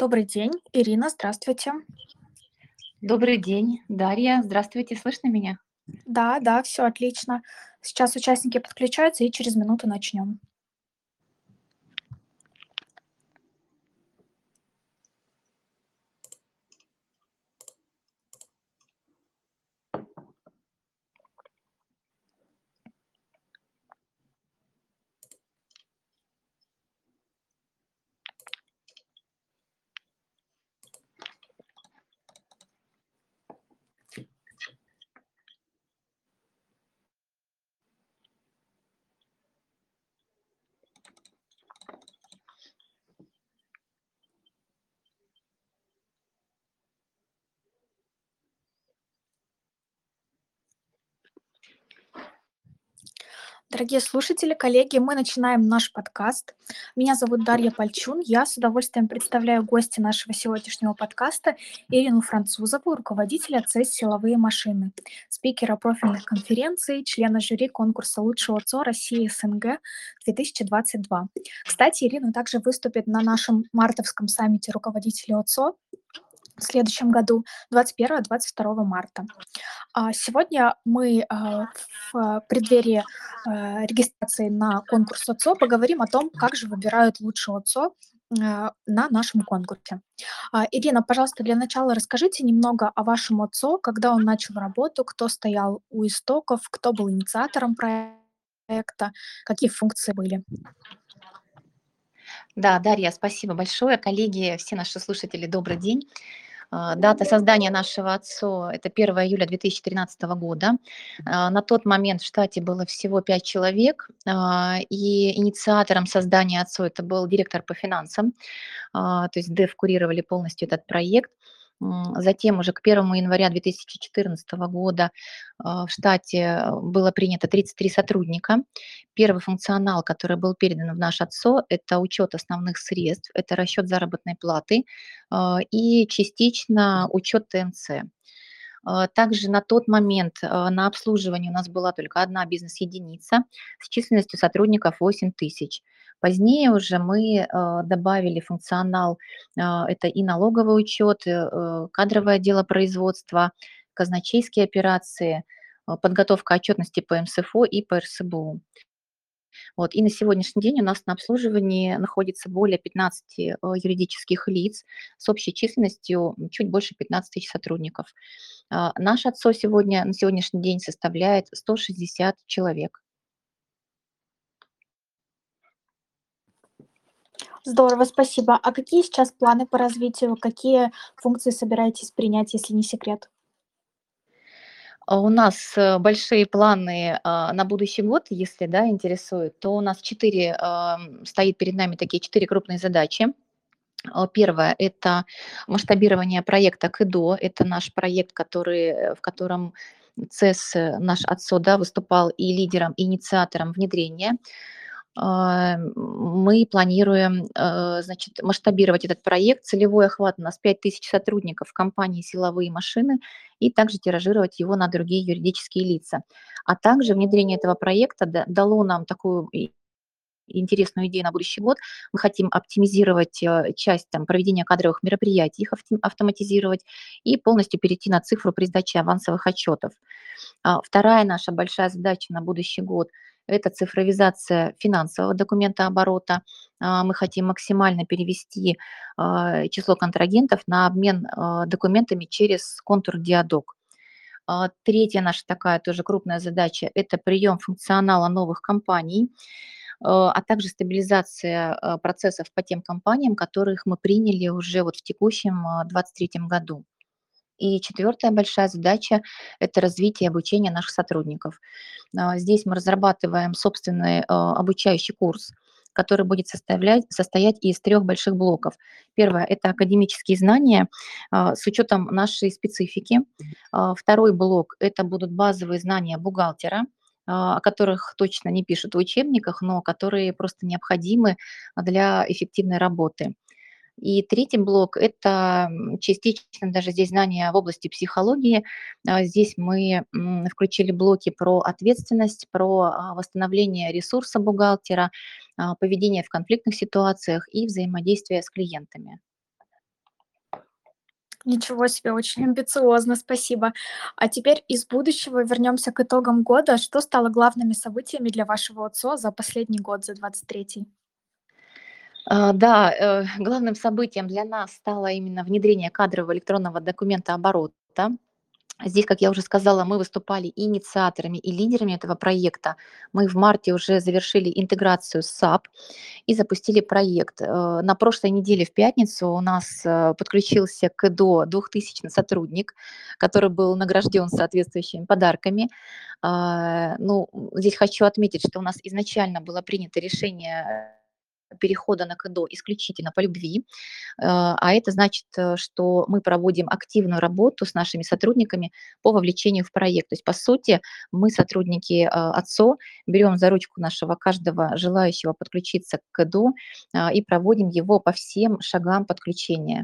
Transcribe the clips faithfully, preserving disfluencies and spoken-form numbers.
Добрый день, Ирина, здравствуйте. Добрый день, Дарья. Здравствуйте, слышно меня? Да, да, все отлично. Сейчас участники подключаются, и через минуту начнем. Дорогие слушатели, коллеги, мы начинаем наш подкаст. Меня зовут Дарья Пальчун. Я с удовольствием представляю гостя нашего сегодняшнего подкаста Ирину Французову, руководителя цесс «Силовые машины», спикера профильных конференций, члена жюри конкурса «Лучшего ЦО России СНГ две тысячи двадцать два». Кстати, Ирина также выступит на нашем мартовском саммите руководителей ОЦО в следующем году, двадцать первого двадцать второго марта. А, Сегодня мы а, в преддверии а, регистрации на конкурс ОЦО поговорим о том, как же выбирают лучшего ОЦО а, на нашем конкурсе. А, Ирина, пожалуйста, для начала расскажите немного о вашем ОЦО, когда он начал работу, кто стоял у истоков, кто был инициатором проекта, какие функции были. Да, Дарья, спасибо большое. Коллеги, все наши слушатели, добрый день. А, Дата создания нашего ОЦО — это первое июля две тысячи тринадцатого года. А, На тот момент в штате было всего пять человек, а, и инициатором создания ОЦО это был директор по финансам, а, то есть Дэв курировали полностью этот проект. М, Затем уже к первому января две тысячи четырнадцатого года а, в штате э, было принято тридцать три сотрудника. Первый функционал, который был передан в наш ОЦО, это учет основных средств, это расчет заработной платы а, и частично учет ТМЦ. А, Также на тот момент а, на обслуживании у нас была только одна бизнес-единица с численностью сотрудников восемь тысяч. Позднее уже мы а, добавили функционал, а, это и налоговый учет, э, э, кадровое дело производства, казначейские операции, а, подготовка отчетности по МСФО и по РСБУ. Вот. И на сегодняшний день у нас на обслуживании находится более пятнадцати э, юридических лиц с общей численностью м, чуть больше пятнадцати тысяч сотрудников. А, Наш ОЦО сегодня, на сегодняшний день составляет сто шестьдесят человек. Здорово, спасибо. А какие сейчас планы по развитию? Какие функции собираетесь принять, если не секрет? А У нас э, большие планы а, на будущий год, если да, интересует, то у нас четыре, ам, стоит перед нами такие четыре крупные задачи. А, Первое — это масштабирование проекта КЭДО. Это наш проект, который, э, в котором ЦЕС, э, наш ОЦО, да, выступал и лидером, и инициатором внедрения. А, Мы планируем, э, значит, масштабировать этот проект. Целевой охват у нас пять тысяч сотрудников в компании «Силовые машины», и также тиражировать его на другие юридические лица. А также внедрение этого проекта да- дало нам такую и- интересную идею на будущий год. Мы хотим оптимизировать э, часть там, проведения кадровых мероприятий, их авти- автоматизировать и полностью перейти на цифру при сдаче авансовых отчетов. А, Вторая наша большая задача на будущий год — это цифровизация финансового документооборота. А, Мы хотим максимально перевести а, число контрагентов на обмен а, документами через контур Диадок. А, Третья наша такая тоже крупная задача — это прием функционала новых компаний, а а также стабилизация а, процессов по тем компаниям, которых мы приняли уже вот в текущем а, двадцать третьем году. И четвертая большая задача — это развитие и обучение наших сотрудников. А, Здесь мы разрабатываем собственный а, обучающий курс, который будет составлять, состоять из трех больших блоков. Первое — это академические знания а, с учетом нашей специфики. А, Второй блок — это будут базовые знания бухгалтера, а, о которых точно не пишут в учебниках, но которые просто необходимы для эффективной работы. И третий блок — это, м, частично даже здесь знания в области психологии. А, здесь мы, м, включили блоки про ответственность, про, а, восстановление ресурса бухгалтера, а, поведение в конфликтных ситуациях и взаимодействие с клиентами. Ничего себе, очень амбициозно, спасибо. А теперь из будущего вернемся к итогам года. Что стало главными событиями для вашего ОЦО за последний год, за двадцать третий? А, Да, э, главным событием для нас стало именно внедрение кадрового электронного документа оборота. Здесь, как я уже сказала, мы выступали и инициаторами, и лидерами этого проекта. Мы в марте уже завершили интеграцию с сап и запустили проект. Э, На прошлой неделе в пятницу у нас э, подключился к ЭДО двухтысячный сотрудник, который был награжден соответствующими подарками. А, Ну, здесь хочу отметить, что у нас изначально было принято решение э, перехода на КЭДО исключительно по любви. Э, а это значит, э, что мы проводим активную работу с нашими сотрудниками по вовлечению в проект. То есть, по сути, мы, сотрудники а, АТСО, берем за ручку нашего каждого желающего подключиться к КЭДО а, и проводим его по всем шагам подключения.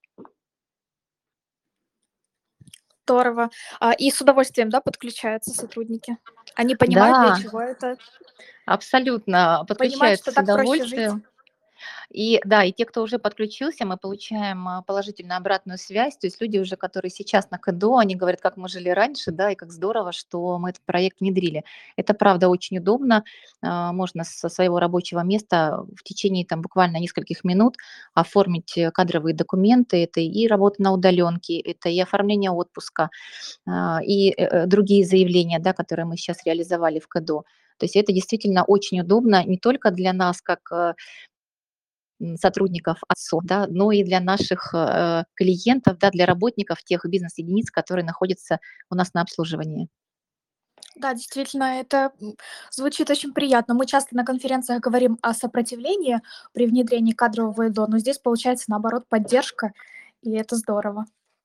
Здорово. А, и с удовольствием, да, подключаются сотрудники? Они понимают, для Да, чего это, абсолютно понимают, подключаются что с так проще жить? удовольствием. И да, и те, кто уже подключился, мы получаем а, положительную обратную связь. То есть люди уже, которые сейчас на КЭДО, они говорят, как мы жили раньше, да, и как здорово, что мы этот проект внедрили. Это правда очень удобно. А, Можно со своего рабочего места в течение там буквально нескольких минут оформить э, кадровые документы. Это и работа на удаленке, это и оформление отпуска, а, и э, э, другие заявления, да, которые мы сейчас реализовали в КЭДО. То есть это действительно очень удобно не только для нас, как э, м, сотрудников АТСО, да, но и для наших э, клиентов, да, для работников тех бизнес-единиц, которые находятся у нас на обслуживании. Да, действительно, это м, звучит очень приятно. Мы часто на конференциях говорим о сопротивлении при внедрении кадрового ИДО, но здесь получается, наоборот, поддержка, и это здорово.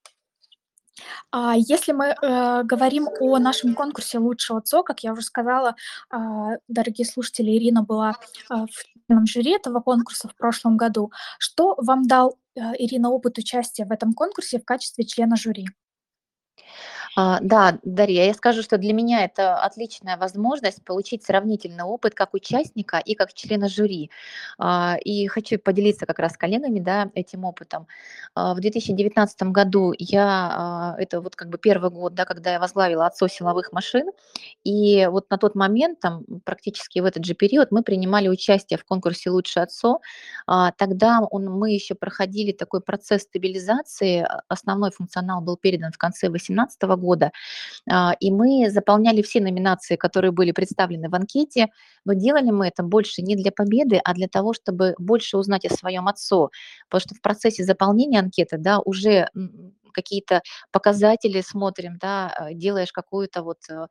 А если мы, э, говорим о нашем конкурсе "Лучшее ОЦО", как я уже сказала, а, дорогие слушатели, Ирина была, а, в членом жюри этого конкурса в прошлом году. Что вам дал, э, Ирина, опыт участия в этом конкурсе в качестве члена жюри? А, да, Дарья, я скажу, что для меня это отличная возможность получить сравнительный опыт как участника и как члена жюри. А, И хочу поделиться как раз с коллегами, да, этим опытом. А, В две тысячи девятнадцатом году я, а, это вот как бы первый год, да, когда я возглавила отцов силовых машин, и вот на тот момент, там практически в этот же период, мы принимали участие в конкурсе «Лучшее отцо». А, Тогда он, мы еще проходили такой процесс стабилизации. а, Основной функционал был передан в конце две тысячи восемнадцатого года. А, И мы заполняли все номинации, которые были представлены в анкете, но делали мы это больше не для победы, а для того, чтобы больше узнать о своем отцо. Потому что в процессе заполнения анкеты, да, уже м, какие-то показатели смотрим, да, э, делаешь какую-то вот э,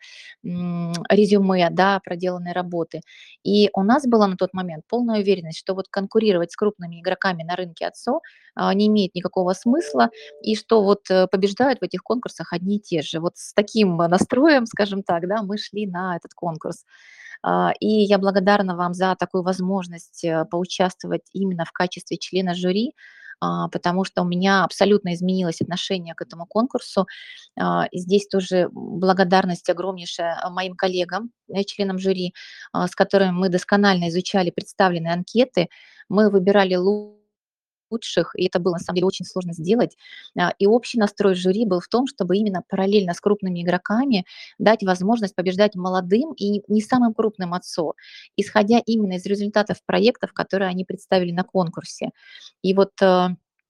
м, резюме, да, проделанной работы. И у нас была на тот момент полная уверенность, что вот конкурировать с крупными игроками на рынке отцо а, не имеет никакого смысла, и что вот э, побеждают в этих конкурсах одни и те же. Вот с таким э, настроем, скажем так, да, мы шли на этот конкурс. А, И я благодарна вам за такую возможность э, поучаствовать именно в качестве члена жюри, а, потому что у меня абсолютно изменилось отношение к этому конкурсу. А, И здесь тоже благодарность огромнейшая а, моим коллегам, э, членам жюри, а, с которыми мы досконально изучали представленные анкеты. Мы выбирали лу- лучших, и это было на самом деле очень сложно сделать. А, И общий настрой жюри был в том, чтобы именно параллельно с крупными игроками дать возможность побеждать молодым и не не самым крупным отцу, исходя именно из результатов проектов, которые они представили на конкурсе. И вот э,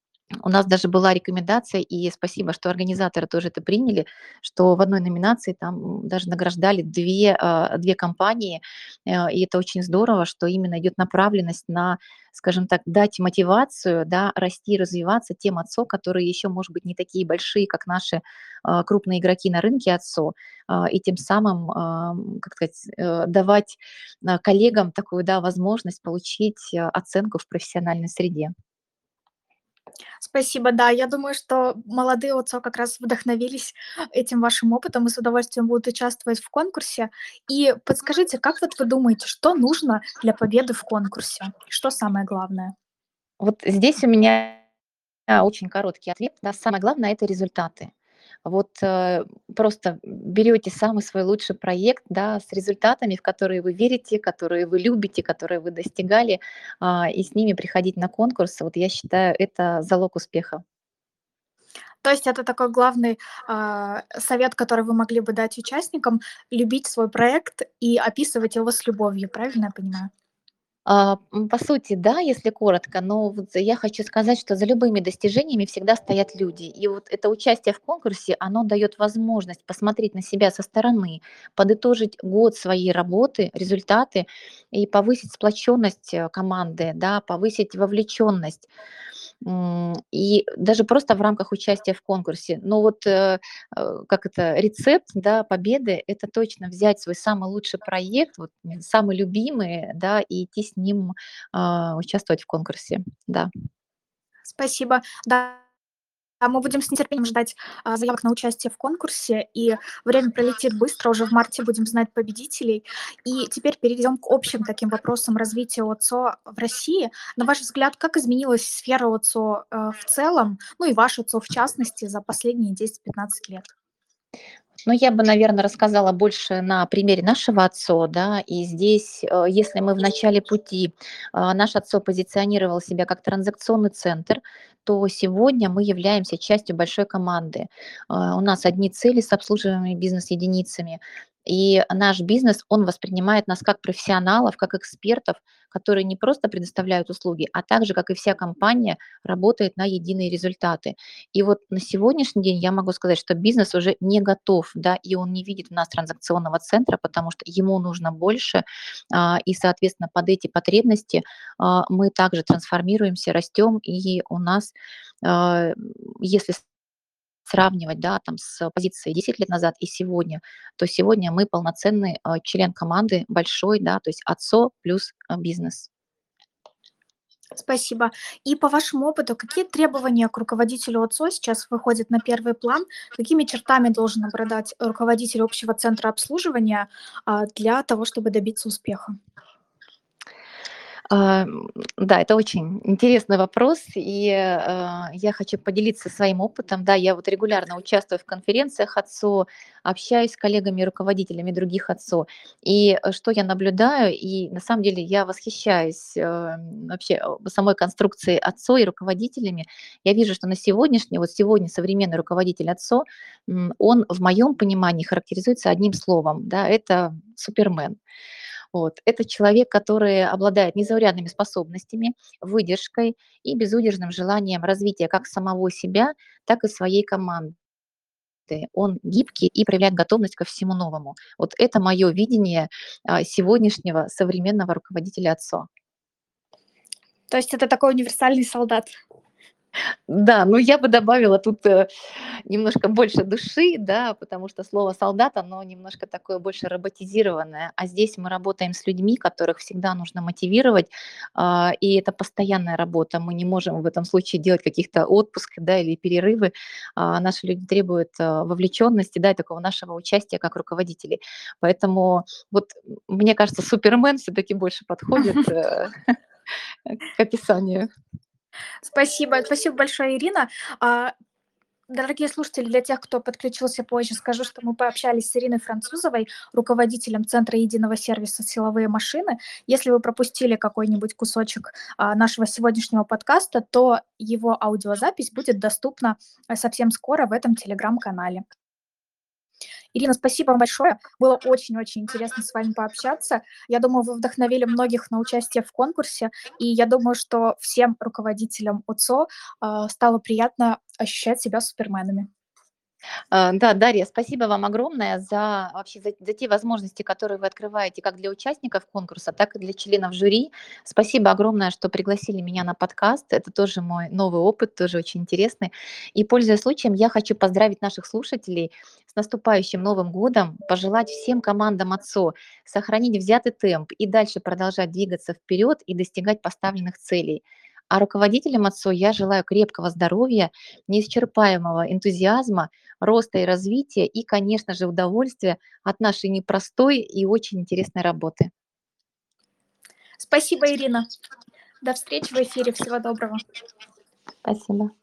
у нас даже была рекомендация, и спасибо, что организаторы тоже это приняли, что в одной номинации там м, даже награждали две, а, две компании, э, и это очень здорово, что именно идет направленность на, скажем так, дать мотивацию, да, расти и развиваться тем отцу, которые еще, может быть, не такие большие, как наши а, крупные игроки на рынке отцу, а, и тем самым, ам, как сказать, э, давать а, коллегам такую, да, возможность получить а, оценку в профессиональной среде. Спасибо, да. Я думаю, что молодые ОЦО как раз вдохновились этим вашим опытом и с удовольствием будут участвовать в конкурсе. И подскажите, как вот вы думаете, что нужно для победы в конкурсе? Что самое главное? Вот здесь у меня очень короткий ответ. Да, самое главное — это результаты. Вот э, просто берете самый свой лучший проект, да, с результатами, в которые вы верите, которые вы любите, которые вы достигали, а, и с ними приходить на конкурс. Вот я считаю, это залог успеха. То есть это такой главный, а, совет, который вы могли бы дать участникам: любить свой проект и описывать его с любовью. Правильно я понимаю? А, м, по сути, да, если коротко, но вот я хочу сказать, что за любыми достижениями всегда стоят люди. И вот это участие в конкурсе, оно дает возможность посмотреть на себя со стороны, подытожить год своей работы, результаты и повысить сплоченность э, команды, да, повысить вовлеченность. М, И даже просто в рамках участия в конкурсе. Но вот э, э, как это, рецепт, да, победы — это точно взять свой самый лучший проект, вот, м, самый любимый, да, и идти с ним а, участвовать в конкурсе, да. Спасибо. Да, мы будем с нетерпением ждать, а, заявок на участие в конкурсе, и время пролетит быстро, уже в марте будем знать победителей. И теперь перейдем к общим таким вопросам развития ОЦО в России. На ваш взгляд, как изменилась сфера ОЦО, э, в целом, ну и ваш ОЦО в частности, за последние десять-пятнадцать лет? Ну, я бы, наверное, рассказала больше на примере нашего ОЦО, да. И здесь, э, если мы в начале пути, а, наш ОЦО позиционировал себя как транзакционный центр, то сегодня мы являемся частью большой команды. А, У нас одни цели с обслуживаемыми бизнес-единицами. И наш бизнес, он воспринимает нас как профессионалов, как экспертов, которые не просто предоставляют услуги, а также, как и вся компания, работает на единые результаты. И вот на сегодняшний день я могу сказать, что бизнес уже не готов, да, и он не видит в нас транзакционного центра, потому что ему нужно больше, а, и, соответственно, под эти потребности а, мы также трансформируемся, растем, и у нас, а, если сравнивать, да, там с позицией десять лет назад и сегодня, то сегодня мы полноценный а, член команды большой, да, то есть ОЦО плюс а, бизнес. Спасибо. И по вашему опыту, какие требования к руководителю ОЦО сейчас выходят на первый план? Какими чертами должен обладать руководитель общего центра обслуживания, а, для того, чтобы добиться успеха? А, м, да, это очень интересный вопрос, и, а, я хочу поделиться своим опытом. Да, я вот регулярно участвую в конференциях ОЦО, общаюсь с коллегами и руководителями других ОЦО. И, э, что я наблюдаю, и на самом деле я восхищаюсь, э, м, вообще, э, самой конструкцией ОЦО и руководителями. Я вижу, что на сегодняшний, вот сегодня современный руководитель ОЦО, м, он в моем понимании характеризуется одним словом, да, это супермен. Вот. Это человек, который обладает незаурядными способностями, выдержкой и безудержным желанием развития как самого себя, так и своей команды. Он гибкий и проявляет готовность ко всему новому. Вот это мое видение а, сегодняшнего современного руководителя ОЦО. То есть это такой универсальный солдат. Да, ну я бы добавила тут э, немножко больше души, да, потому что слово солдат, оно немножко такое больше роботизированное, а здесь мы работаем с людьми, которых всегда нужно мотивировать, а, и это постоянная работа. Мы не можем в этом случае делать каких-то отпуск, да, или перерывы. А, наши люди требуют а, вовлеченности, да, и такого нашего участия как руководителей. Поэтому вот м, мне кажется, Супермен все-таки больше подходит э, к описанию. Спасибо, спасибо большое, Ирина. А, Дорогие слушатели, для тех, кто подключился позже, скажу, что мы пообщались с Ириной Французовой, руководителем Центра единого сервиса «Силовые машины». Если вы пропустили какой-нибудь кусочек а, нашего сегодняшнего подкаста, то его аудиозапись будет доступна а, совсем скоро в этом телеграм-канале. Ирина, спасибо вам большое. Было очень-очень интересно с вами пообщаться. Я думаю, вы вдохновили многих на участие в конкурсе, и я думаю, что всем руководителям ОЦО а, стало приятно ощущать себя суперменами. А, Да, Дарья, спасибо вам огромное за вообще за, за те возможности, которые вы открываете как для участников конкурса, так и для членов жюри. Спасибо огромное, что пригласили меня на подкаст. Это тоже мой новый опыт, тоже очень интересный. И, пользуясь случаем, я хочу поздравить наших слушателей с наступающим Новым годом, пожелать всем командам ОЦО сохранить взятый темп и дальше продолжать двигаться вперед и достигать поставленных целей. А руководителям ОЦО я желаю крепкого здоровья, неисчерпаемого энтузиазма, роста и развития и, конечно же, удовольствия от нашей непростой и очень интересной работы. Спасибо, Ирина. До встречи в эфире. Всего доброго. Спасибо.